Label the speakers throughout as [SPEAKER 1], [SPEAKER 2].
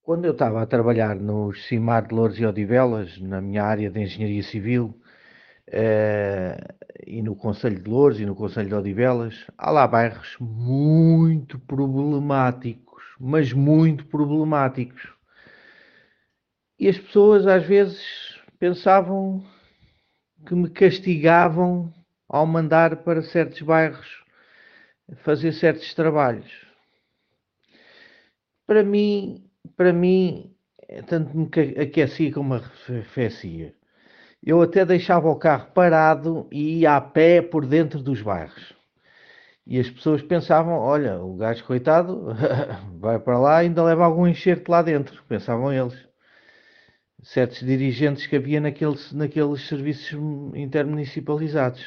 [SPEAKER 1] Quando eu estava a trabalhar no CIMAR de Loures e Odivelas, na minha área de Engenharia Civil, eh, e no Conselho de Loures e no Conselho de Odivelas, há lá bairros muito problemáticos, mas muito problemáticos. E as pessoas às vezes pensavam que me castigavam ao mandar para certos bairros fazer certos trabalhos. Para mim, para mim, tanto me aquecia como arrefecia. Eu até deixava o carro parado e ia a pé por dentro dos bairros. E as pessoas pensavam, olha, o gajo coitado vai para lá e ainda leva algum enxerto lá dentro, pensavam eles. Certos dirigentes que havia naqueles serviços intermunicipalizados.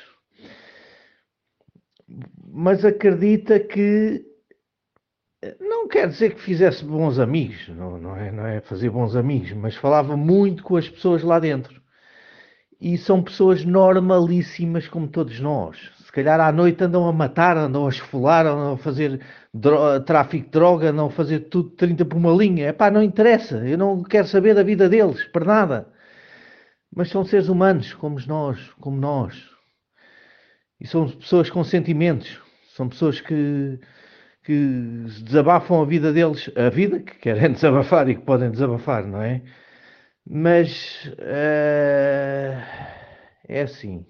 [SPEAKER 1] Mas acredita que não quer dizer que fizesse bons amigos, não é fazer bons amigos, mas falava muito com as pessoas lá dentro. E são pessoas normalíssimas como todos nós. Se calhar à noite andam a matar, andam a esfolar, andam a fazer tráfico de droga, andam a fazer tudo 30 por uma linha. Epá, não interessa, eu não quero saber da vida deles, para nada. Mas são seres humanos como nós. E são pessoas com sentimentos. São pessoas que desabafam a vida deles, a vida que querem desabafar e que podem desabafar, não é? Mas é assim,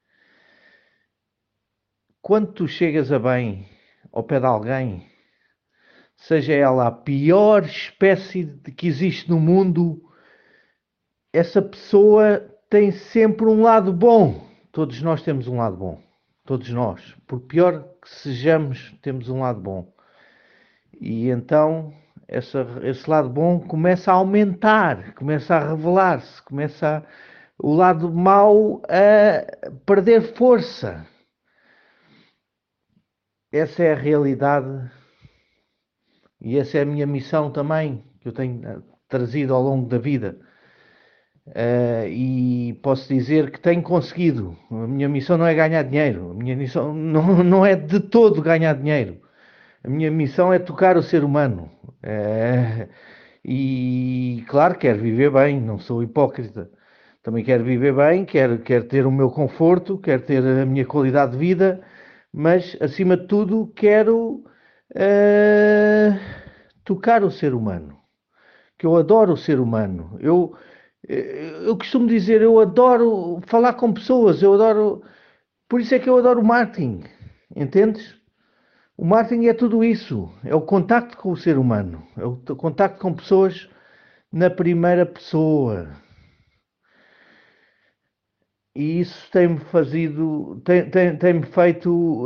[SPEAKER 1] quando tu chegas a bem ao pé de alguém, seja ela a pior espécie de que existe no mundo, essa pessoa tem sempre um lado bom. Todos nós temos um lado bom. Todos nós. Por pior que sejamos, temos um lado bom. E então esse lado bom começa a aumentar, começa a revelar-se, o lado mau a perder força. Essa é a realidade e essa é a minha missão também, que eu tenho trazido ao longo da vida. E posso dizer que tenho conseguido. A minha missão não é ganhar dinheiro, a minha missão não é de todo ganhar dinheiro. A minha missão é tocar o ser humano. E claro, quero viver bem, não sou hipócrita. Também quero viver bem, quero ter o meu conforto, quero ter a minha qualidade de vida, mas acima de tudo quero eh, tocar o ser humano. Que eu adoro o ser humano. Eu costumo dizer, eu adoro falar com pessoas, eu adoro. Por isso é que eu adoro o marketing, entendes? O marketing é tudo isso, é o contacto com o ser humano, é o contacto com pessoas na primeira pessoa. E isso tem-me fazido, tem-me feito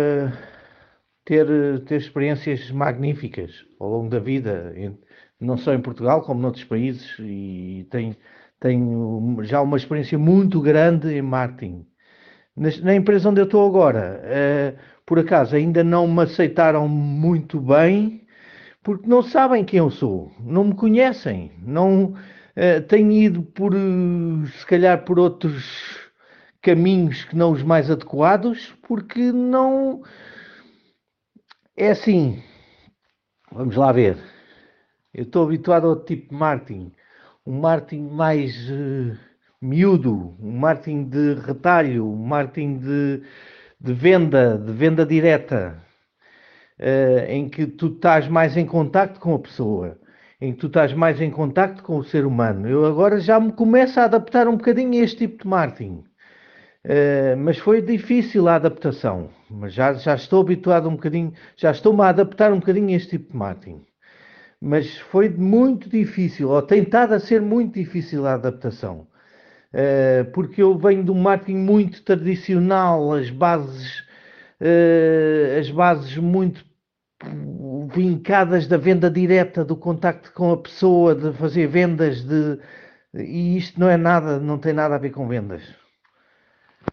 [SPEAKER 1] ter experiências magníficas ao longo da vida, não só em Portugal como noutros países, e tenho já uma experiência muito grande em marketing. Na empresa onde eu estou agora, por acaso ainda não me aceitaram muito bem, porque não sabem quem eu sou, não me conhecem, não tenho ido se calhar por outros caminhos que não os mais adequados, porque não é assim. Vamos lá ver. Eu estou habituado a outro tipo de marketing, um marketing mais miúdo, um marketing de retalho, um marketing de venda direta, em que tu estás mais em contacto com a pessoa, em que tu estás mais em contacto com o ser humano. Eu agora já me começo a adaptar um bocadinho a este tipo de marketing. Mas foi difícil a adaptação. Mas já estou habituado um bocadinho, já estou-me a adaptar um bocadinho a este tipo de marketing. Mas foi muito difícil, ou tem estado a ser muito difícil a adaptação. Porque eu venho de um marketing muito tradicional, as bases muito vincadas da venda direta, do contacto com a pessoa, de fazer vendas, e isto não é nada, não tem nada a ver com vendas.